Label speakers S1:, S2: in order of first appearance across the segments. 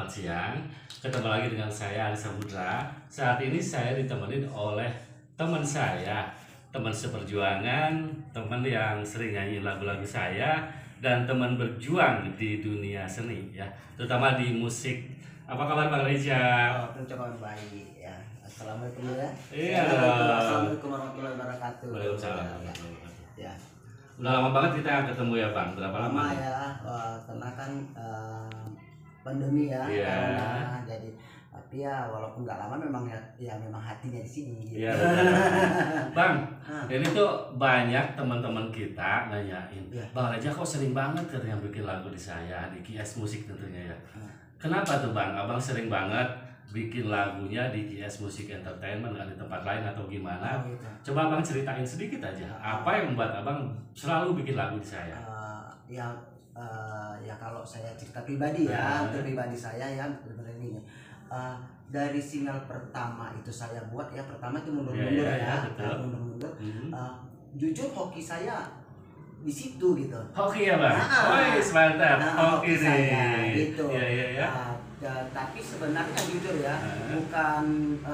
S1: selamat siang. Ketemu lagi dengan saya Ari Samudra. Saat ini saya ditemenin oleh teman saya, teman seperjuangan, teman yang sering nyanyi lagu-lagu saya, dan teman berjuang di dunia seni ya, terutama di musik. Apa kabar Bang Reza?
S2: Oh, kabar baik ya. Assalamualaikum ya.
S1: Iya.
S2: Assalamualaikum warahmatullahi wabarakatuh.
S1: Waalaikumsalam.
S2: Ya.
S1: Udah lama banget kita ketemu ya Bang. Berapa lama?
S2: Ya, karena kan pandemi ya,
S1: Iya.
S2: corona, jadi tapi ya walaupun nggak lama memang ya memang hatinya di sini. Gitu.
S1: Iya. Bang, ini tuh banyak teman-teman kita nanyain,
S2: Iya.
S1: Bang Reza kok sering banget katanya bikin lagu di saya, di KS Musik tentunya ya. Kenapa tuh Bang? Abang sering banget bikin lagunya di KS Musik Entertainment, nggak di tempat lain atau gimana?
S2: Oh, gitu.
S1: Coba Abang ceritain sedikit aja, apa yang membuat Abang selalu bikin lagu di saya?
S2: Ya kalau saya cerita pribadi ya, pribadi saya ya benar ini. Dari single pertama itu saya buat ya, pertama itu mundur-mundur mundur-mundur. Jujur hoki saya di situ gitu.
S1: Hoki ya Bang? Mantap, hoki
S2: saya
S1: nih.
S2: gitu.
S1: Iya.
S2: Tapi sebenarnya jujur ya, bukan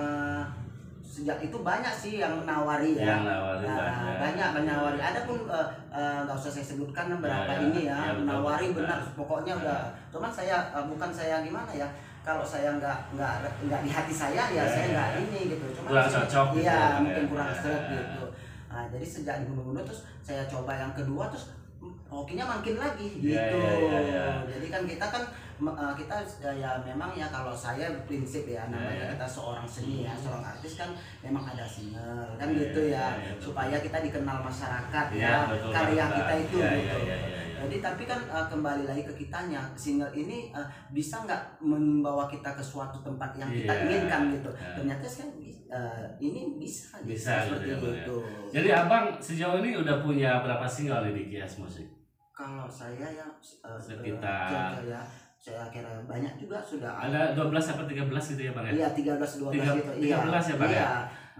S2: sejak itu banyak sih yang menawari ya.
S1: Yang nawari
S2: banyak menawari. Ada pun nggak usah saya sebutkan berapa ini ya, menawari benar. Pokoknya udah. Cuman saya bukan saya gimana ya. Kalau saya nggak di hati saya ya saya nggak ini gitu. Cuman
S1: kurang cocok.
S2: Iya, mungkin kurang seret gitu. Nah, jadi sejak dibunuh-bunuh terus saya coba yang kedua terus hokinya makin lagi gitu.
S1: Iya.
S2: Jadi kan kita ya memang ya kalau saya prinsip ya namanya kita seorang seni ya, seorang artis kan memang ada single kan gitu ya, supaya kita dikenal masyarakat ya, karya kita itu gitu. Jadi tapi kan kembali lagi ke kitanya, single ini bisa nggak membawa kita ke suatu tempat yang kita inginkan gitu. Ternyata saya ini bisa seperti itu.
S1: Jadi Abang sejauh ini udah punya berapa single di KS Musik?
S2: Kalau saya ya
S1: sekitar
S2: saya kira banyak juga sudah.
S1: Ada 12 atau 13 gitu ya Bang ya?
S2: Iya, 13 12 gitu.
S1: 13 ya Bang ya?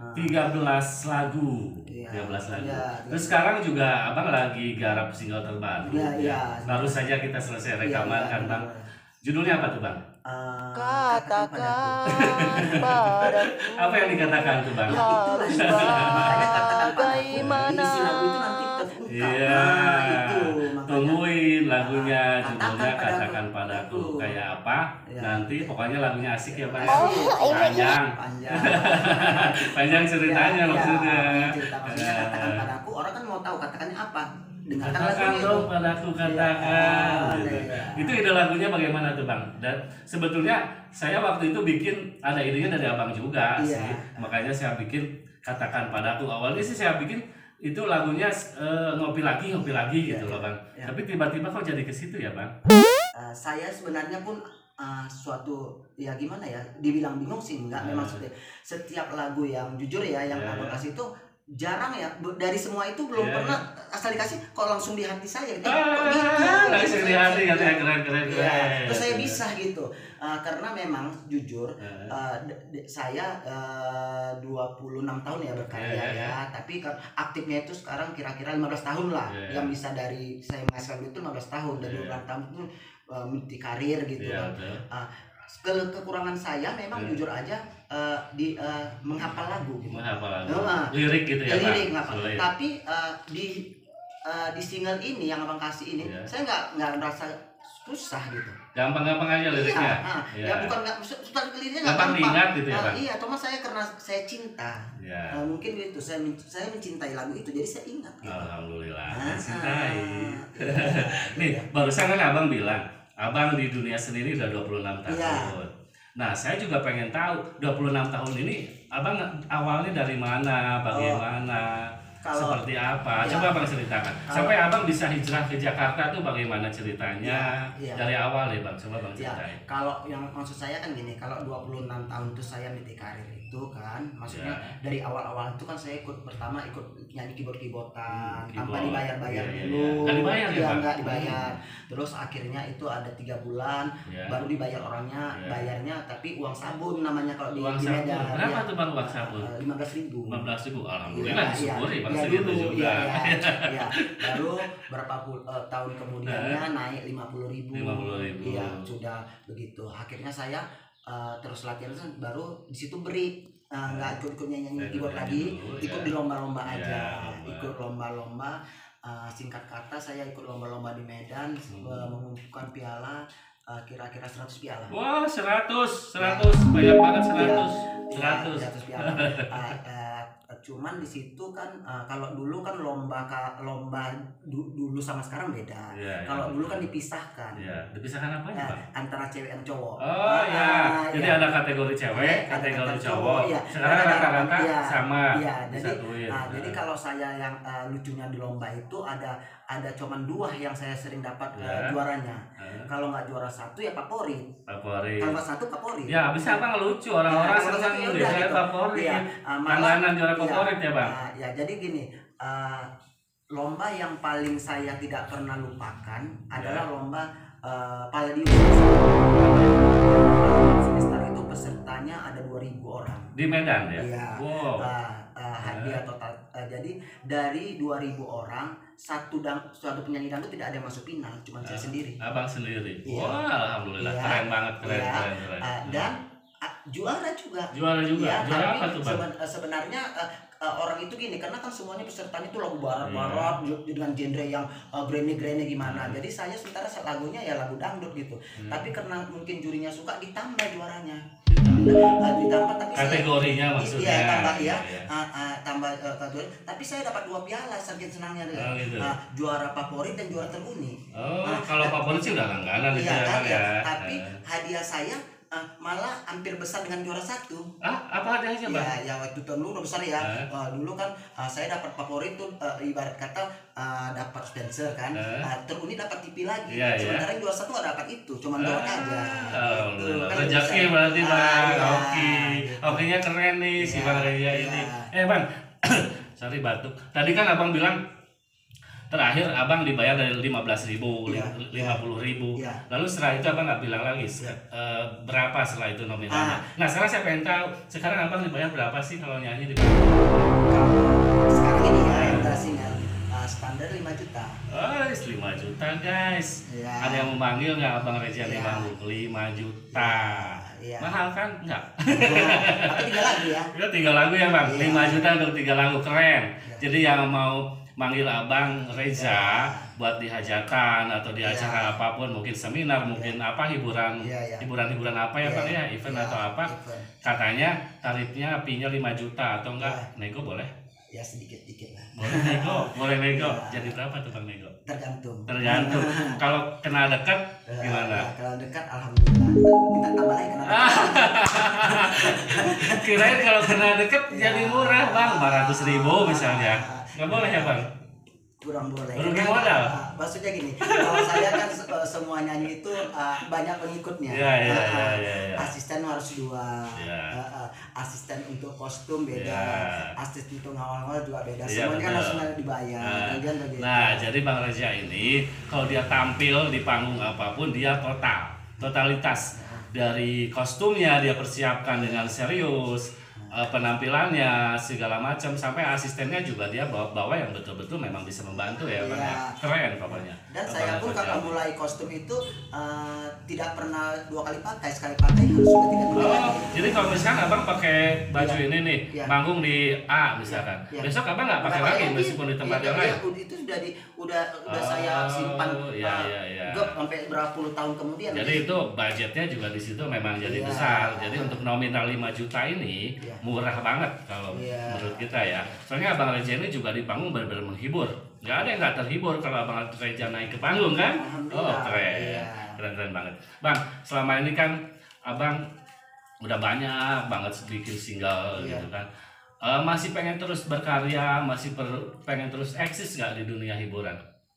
S1: 13 lagu.
S2: Iya.
S1: 13 lagu.
S2: Iya.
S1: Terus sekarang juga Abang lagi garap single terbaru.
S2: Iya.
S1: Baru saja kita selesai rekaman kan Bang. Judulnya apa tuh Bang?
S2: Katakan padaku.
S1: Apa yang dikatakan tuh Bang?
S2: Harus bagaimana? Isi lagu itu nanti terungkap.
S1: Iya.
S2: Itu
S1: Tungguin lagunya, judulnya
S2: Katakan
S1: Katakan Padaku. Kayak apa?
S2: Iya.
S1: Nanti pokoknya lagunya asik ya Bang.
S2: Panjang.
S1: Panjang ceritanya maksudnya.
S2: Cerita maksudnya katakan padaku. Orang kan mau tahu katakannya apa. Dengarkan
S1: Katakan
S2: lagunya
S1: dong
S2: itu.
S1: padaku, katakan. Itu ide lagunya bagaimana tuh Bang? Dan sebetulnya saya waktu itu bikin ada idenya dari Abang juga sih. Makanya saya bikin Katakan Padaku. Awalnya sih saya bikin itu lagunya ngopi lagi gitu loh Bang. Tapi tiba-tiba kok jadi ke situ ya Bang?
S2: Saya sebenarnya pun suatu ya gimana ya, dibilang bingung sih enggak. Memang setiap lagu yang jujur ya yang Abang kasih itu jarang ya, dari semua itu belum pernah asal dikasih kok langsung di hati saya kok gitu
S1: langsung di hati katanya, keren.
S2: Terus saya bisa gitu karena memang jujur saya 26 tahun ya berkarya ya, tapi aktifnya itu sekarang kira-kira 15 tahun lah. Yang bisa dari saya menghasilkan itu 15 tahun, dari 26 tahun itu multi karir gitu kan. Kekurangan saya memang jujur aja di menghafal lagu gitu.
S1: Menghafal lagu. Lirik gitu ya
S2: Lirik
S1: Pak.
S2: ngapal. Tapi di single ini yang Abang kasih ini saya nggak merasa susah gitu.
S1: Gampang-gampang aja liriknya.
S2: Ya bukan nggak susah, liriknya nggak
S1: gampang diingat gitu ya Pak.
S2: Iya, cuma saya karena saya cinta. Mungkin gitu, saya mencintai lagu itu jadi saya ingat gitu.
S1: Alhamdulillah, mencintai. Nih, barusan kan Abang bilang Abang di dunia seni ini udah 26 tahun. Nah, saya juga pengen tahu 26 tahun ini Abang awalnya dari mana, bagaimana, seperti apa? Coba Abang ceritakan. Sampai Abang bisa hijrah ke Jakarta tuh bagaimana ceritanya? Dari awal ya Bang, coba Bang ceritain.
S2: Kalau yang maksud saya kan gini, kalau 26 tahun itu saya meniti karir. itu kan, maksudnya dari awal-awal itu kan saya pertama ikut nyanyi keyboard-keyboardan tanpa dibayar-bayar dulu.
S1: Nggak dibayar ya, Bang?
S2: Nggak dibayar. Terus akhirnya itu ada 3 bulan baru dibayar orangnya, bayarnya tapi uang sabun namanya kalau di Medan.
S1: Berapa tuh Bang uang sabun?
S2: 15.000.
S1: 15.000, alhamdulillah disyukuri Bang segitu juga.
S2: Iya. Baru berapa tahun kemudiannya naik 50.000. Iya, sudah begitu. Akhirnya saya terus latihan baru di situ break, nggak ikut nyanyi keyboard lagi, ikut di lomba-lomba aja, ikut lomba-lomba. Singkat kata saya ikut lomba-lomba di Medan, mengumpulkan piala kira-kira 100 piala.
S1: Wah, 100 banyak banget 100
S2: piala. Cuman di situ kan kalau dulu kan lomba dulu sama sekarang beda. Kalau dulu kan dipisahkan.
S1: Dipisahkan apa ya, Bang?
S2: Antara cewek dan cowok.
S1: Oh iya. Jadi ada kategori cewek, kategori cowok. Sekarang rata-rata sama.
S2: Jadi kalau saya yang lucunya di lomba itu ada cuman 2 yang saya sering dapat juaranya. Kalau nggak juara 1 ya favorit. Kalau nggak 1 favorit.
S1: Ya bisa Bang, lucu orang-orang senang saya favorit. Langganan juara favorit ya Bang.
S2: Ya jadi gini, lomba yang paling saya tidak pernah lupakan adalah lomba Palladium. Semester itu pesertanya ada 2.000 orang.
S1: Di Medan ya?
S2: Iya.
S1: Wow.
S2: Hadiah total. Jadi dari 2.000 orang satu penyanyi dangdut tidak ada yang masuk final, cuma saya sendiri.
S1: Abang sendiri.
S2: Iya.
S1: Wah, alhamdulillah keren banget, keren.
S2: Dan juara juga.
S1: Juara apa tuh Bang?
S2: Sebenarnya orang itu gini, karena kan semuanya pesertanya itu lagu barat dengan genre yang grene gimana. Jadi saya sementara lagunya ya lagu dangdut gitu. Tapi karena mungkin jurinya suka ditambah juaranya. Ditambah tapi
S1: kategorinya maksudnya.
S2: Iya, tambah ya. Tambah kategori. Tapi saya dapat 2 piala saking senangnya
S1: gitu.
S2: Juara favorit dan juara terunik.
S1: Kalau favorit sih udah langganan itu ya.
S2: Tapi hadiah saya malah hampir besar dengan juara 1.
S1: Apa hadiahnya Bang?
S2: Ya waktu tahun dulu besar ya. Dulu kan saya dapat favorit tuh ibarat kata dapat Spencer kan. Terunik dapat TV lagi. Sementara yang juara 1 nggak dapat itu, cuma doang aja.
S1: Rezeki berarti Bang. Hokinya keren nih si Bang Reza ini. Bang, sorry batuk. Tadi kan Abang bilang terakhir Abang dibayar dari 15.000, 50.000. Lalu setelah itu Abang nggak bilang lagi berapa setelah itu nominalnya. Nah sekarang saya pengen tahu, sekarang Abang dibayar berapa sih kalau nyanyi di
S2: sekarang ini ya single standar 5 juta.
S1: 5 juta guys. Ada yang memanggil nggak Abang Reza di panggung? 5 juta. Mahal kan? Enggak.
S2: Tapi 3 lagu ya.
S1: Itu 3 lagu ya Bang. 5 juta untuk 3 lagu, keren. Jadi yang mau manggil Abang Reza buat di hajatan atau di acara apapun, mungkin seminar, mungkin apa hiburan apa ya Bang ya, event atau apa, katanya tarifnya fee-nya 5 juta atau enggak, nego boleh?
S2: Ya sedikit-dikit lah.
S1: Boleh nego. Jadi berapa tuh Bang nego?
S2: Tergantung.
S1: Kalau kena dekat gimana?
S2: Kalau dekat alhamdulillah. Minta tambah lagi kena dekat.
S1: Kirain kalau kena dekat jadi murah Bang, 500.000 misalnya. Nggak boleh ya Bang?
S2: Kurang boleh.
S1: Rugi modal.
S2: Maksudnya gini, kalau saya kan semua nyanyi itu banyak pengikutnya. Asisten harus 2. Asisten untuk kostum beda. Asisten untuk ngawal-ngawal juga beda. Semuanya kan harus dibayar.
S1: Nah, jadi Bang Reza ini kalau dia tampil di panggung apapun dia totalitas. Dari kostumnya dia persiapkan dengan serius, penampilannya segala macam, sampai asistennya juga dia bawa yang betul-betul memang bisa membantu ya Bang. Keren pokoknya.
S2: Dan saya pun kalau mulai kostum itu tidak pernah 2 kali pakai, sekali pakai harus sudah tidak pakai.
S1: Jadi kalau misalkan Abang pakai baju ini nih, manggung di A misalkan, besok Abang nggak pakai lagi meskipun di tempat yang lain.
S2: Itu sudah saya simpan sampai berapa puluh tahun kemudian.
S1: Jadi itu budgetnya juga di situ memang jadi besar. Jadi untuk nominal 5 juta ini murah banget kalau menurut kita ya. Soalnya Abang Reza ini juga di panggung benar-benar menghibur. Nggak ada yang nggak terhibur kalau Abang Reza naik ke panggung kan? Keren banget. Bang, selama ini kan Abang udah banyak banget bikin single gitu kan. Masih pengen terus berkarya, masih pengen terus eksis nggak di dunia hiburan?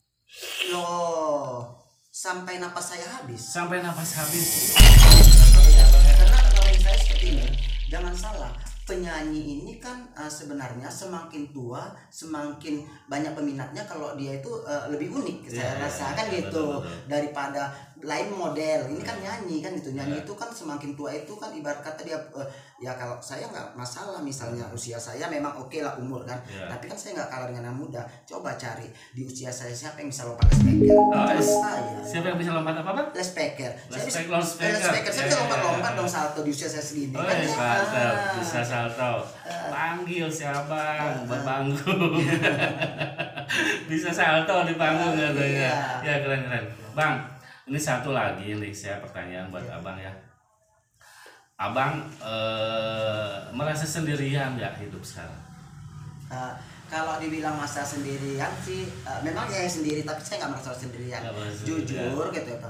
S2: Loh, sampai napas saya habis.
S1: Sampai napas habis.
S2: Karena kalau saya seperti ini, jangan salah. penyanyi ini kan sebenarnya semakin tua semakin banyak peminatnya kalau dia itu lebih unik saya rasa kan gitu, daripada lain model. Ini kan nyanyi kan gitu, nyanyi itu kan semakin tua itu kan ibarat kata dia ya kalau saya nggak masalah misalnya usia saya memang oke lah umur kan, tapi kan saya nggak kalah dengan yang muda. Coba cari di usia saya siapa yang bisa lompat les speaker.
S1: Siapa yang bisa lompat apa?
S2: Les speaker.
S1: Les
S2: Saya bisa lompat-lompat dong salto di usia saya segini.
S1: Mantap, bisa salto. Panggil siapa buat panggung. Bisa salto di panggung katanya. Ya keren. Bang, ini satu lagi nih saya pertanyaan buat abang ya. Abang merasa sendirian nggak hidup sekarang?
S2: Kalau dibilang masa sendirian sih memang saya sendiri, tapi saya nggak merasa sendirian. Jujur gitu ya.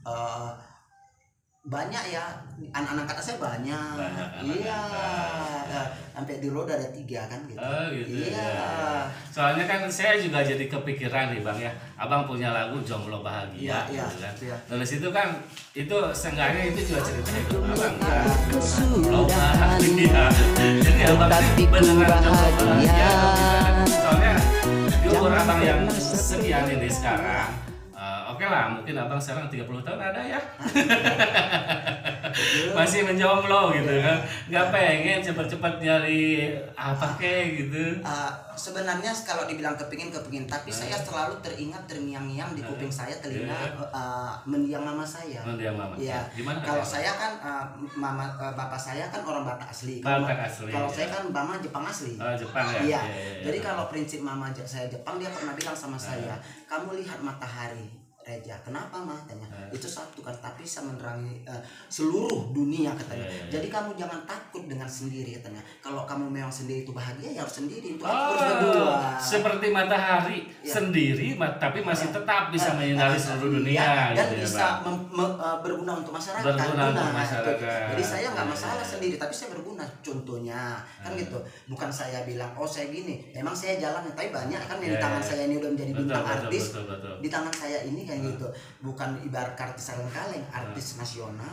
S2: Banyak ya anak-anak kata saya banyak. Iya. Sampai di roda ada 3 kan gitu.
S1: Gitu.
S2: Iya.
S1: Ya. Soalnya kan saya juga jadi kepikiran nih Bang ya. Abang punya lagu Jomblo Bahagia gitu kan. Dari situ kan itu seenggaknya itu juga cerita hidup Abang kan. Jomblo Bahagia. Jadi Abang beneran jomblo bahagia. Soalnya di umur Abang yang sekian ini sekarang, oke lah, mungkin Abang sekarang 30 tahun ada ya. Masih menjomblo gitu kan. Nggak pengen cepet-cepet nyari apa kayak gitu.
S2: Sebenarnya kalau dibilang kepingin, tapi saya selalu teringat terngiang-ngiang di kuping saya, telinga mendiang mama saya.
S1: Mendiang mama.
S2: Iya.
S1: Gimana?
S2: Kalau saya kan bapak saya kan orang Batak asli.
S1: Batak asli.
S2: Kalau saya kan mama Jepang asli.
S1: Jepang ya.
S2: Iya. Jadi kalau prinsip mama saya Jepang, dia pernah bilang sama saya, kamu lihat matahari Reja, kenapa mah tanya? Itu satu kan, tapi bisa menerangi seluruh dunia katanya. Jadi kamu jangan takut dengan sendiri katanya. Kalau kamu memang sendiri itu bahagia ya harus sendiri, itu harus berdua.
S1: Seperti matahari sendiri, tapi masih tetap bisa menyinari seluruh dunia.
S2: Dan
S1: gitu
S2: bisa
S1: ya,
S2: berguna untuk masyarakat.
S1: Berguna untuk masyarakat.
S2: Jadi saya nggak masalah sendiri, tapi saya berguna. Contohnya kan gitu. Bukan saya bilang oh saya gini. Emang saya jalan, tapi banyak kan yang di tangan saya ini udah menjadi bintang artis.
S1: Betul.
S2: Di tangan saya ini kan gitu, bukan ibarat artis kaleng-kaleng, artis nasional.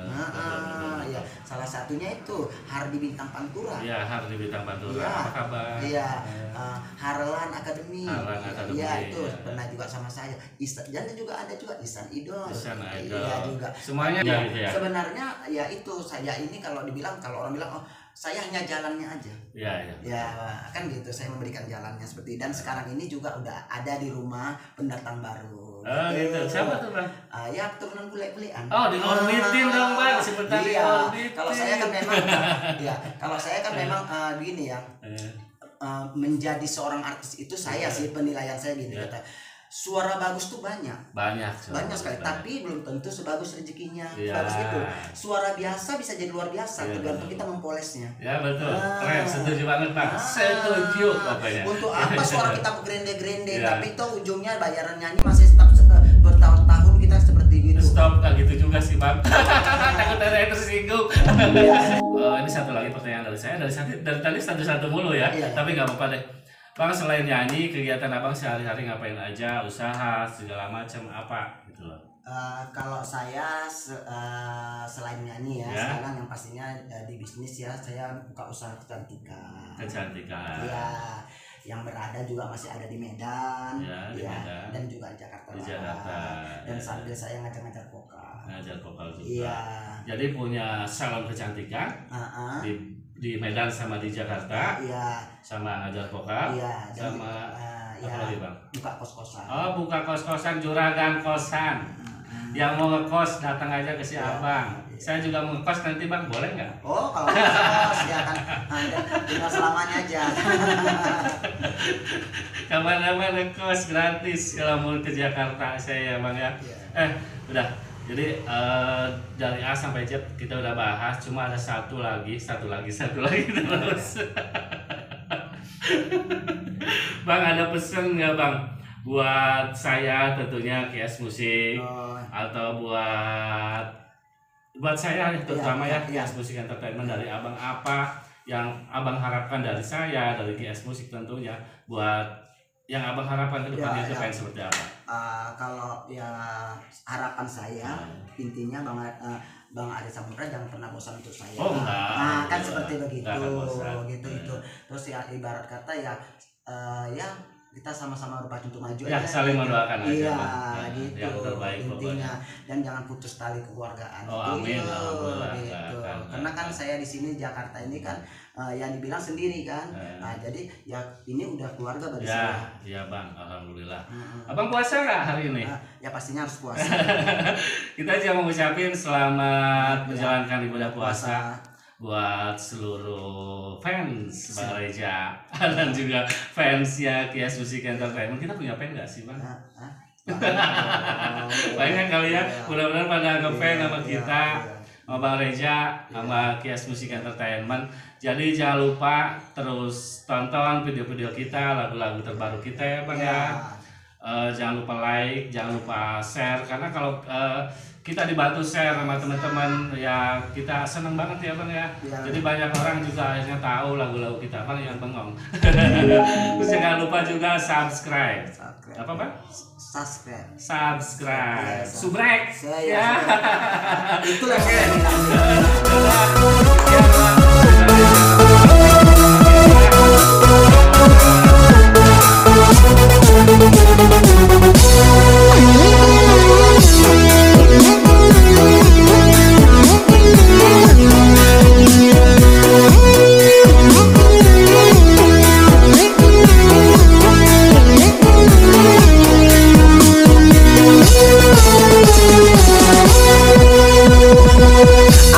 S2: Ya salah satunya itu Hardi Bintang Pantura.
S1: Iya, Hardi Bintang Pantura.
S2: Ya,
S1: apa kabar?
S2: Iya, Harlan Academy. Iya, itu pernah juga sama saya. Dan juga ada juga Ihsan Idol. Iya juga.
S1: Semuanya ya, gitu ya.
S2: Sebenarnya ya itu saya ini kalau orang bilang oh saya hanya jalannya aja.
S1: Iya.
S2: Ya kan gitu, saya memberikan jalannya seperti, dan sekarang ini juga udah ada di rumah pendatang baru.
S1: Gitu. Siapa tuh Bang?
S2: Ya keturunan bule-bulean.
S1: Oh, diorbitin dong Bang, sebentar diorbitin.
S2: Kalau saya kan memang memang gini ya. Menjadi seorang artis itu saya sih penilaian saya gini kata. Suara bagus tuh banyak sekali, tapi belum tentu sebagus rezekinya. Bagus itu. Suara biasa bisa jadi luar biasa, tergantung kita mempolesnya.
S1: Ya betul. Keren, setuju banget Bang. Setuju pokoknya.
S2: Untuk apa suara kita bergrende-grende, tapi itu ujungnya bayaran nyanyi masih tetap bertahun-tahun kita seperti gitu.
S1: Stop, kan gitu juga sih Bang. Takut ada yang tersinggung. Ini satu lagi pertanyaan dari saya, dari tadi satu-satu mulu ya. Tapi nggak apa-apa deh. Bang, selain nyanyi, kegiatan abang sehari-hari ngapain aja? Usaha, segala macam apa gitu loh.
S2: Kalau saya selain nyanyi ya, sekarang yang pastinya di bisnis ya, saya buka usaha kecantikan. Iya, yang berada juga masih ada di Medan,
S1: di Medan.
S2: Dan juga Jakarta. Dan sambil saya ngajar-ngajar vokal.
S1: Ngajar vokal juga.
S2: Iya.
S1: Jadi punya salon kecantikan di Medan sama di Jakarta.
S2: Iya.
S1: Sama ngajar vokal.
S2: Iya.
S1: Sama apa lagi Bang?
S2: Buka kos-kosan.
S1: Oh, buka kos-kosan, juragan kosan. Yang mau ngekos datang aja ke si Abang. Saya juga mau ngekos nanti Bang, boleh nggak?
S2: Oh, kalau ngekos ya kan tinggal selamanya aja.
S1: Kapan-kapan ngekos gratis kalau mau ke Jakarta saya ya Bang ya. Udah. Jadi dari A sampai Z kita udah bahas, cuma ada satu lagi terus. Bang, ada pesen nggak Bang buat saya, tentunya KS Musik atau buat saya terutama KS Musik Entertainment, dari Abang apa yang Abang harapkan dari saya, dari KS Musik tentunya, buat yang Abang harapkan ke depannya itu pengen seperti apa?
S2: Kalau ya harapan saya intinya banget Bang Ari Samudra jangan pernah bosan untuk saya.
S1: Oh, enggak.
S2: Nah, kan seperti begitu.
S1: Enggak akan bosan.
S2: Gitu itu. Terus ya ibarat kata ya ya kita sama-sama berpacu untuk maju
S1: Ya,
S2: aja.
S1: saling mendoakan aja,
S2: Iya,
S1: Bang.
S2: gitu.
S1: Yang terbaik
S2: intinya. Dan jangan putus tali kekeluargaan.
S1: Oh, amin. Alhamdulillah.
S2: Gitu.
S1: Kan.
S2: Karena kan saya di sini Jakarta ini kan yang dibilang sendiri kan. Nah, jadi ya ini udah keluarga bagi saya.
S1: Ya, Bang. Alhamdulillah. Abang puasa nggak hari ini?
S2: Ya pastinya harus puasa.
S1: Kita aja mau ngucapin selamat menjalankan ibadah puasa buat seluruh fans Bang Reza dan juga fansnya Kias Music Entertainment. Kita punya fan nggak sih, Bang? Paling kan kali ya, mudah-mudahan pada ngefans sama kita, sama Bang Reza, sama Kias Music Entertainment. Jadi jangan lupa terus tonton video-video kita, lagu-lagu terbaru kita ya, Bang ya. Jangan lupa like, jangan lupa share, karena kalau kita dibantu share sama teman-teman ya kita senang banget ya, Bang ya. Jadi banyak orang juga akhirnya tahu lagu-lagu kita, Bang, yang bengong. Terus jangan lupa juga subscribe. Apa, Bang? Subscribe. Subrek. Ya.
S2: Itulah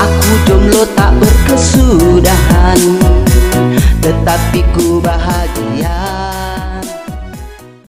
S3: jomblo tak berkesudahan, tetapi ku bahagia.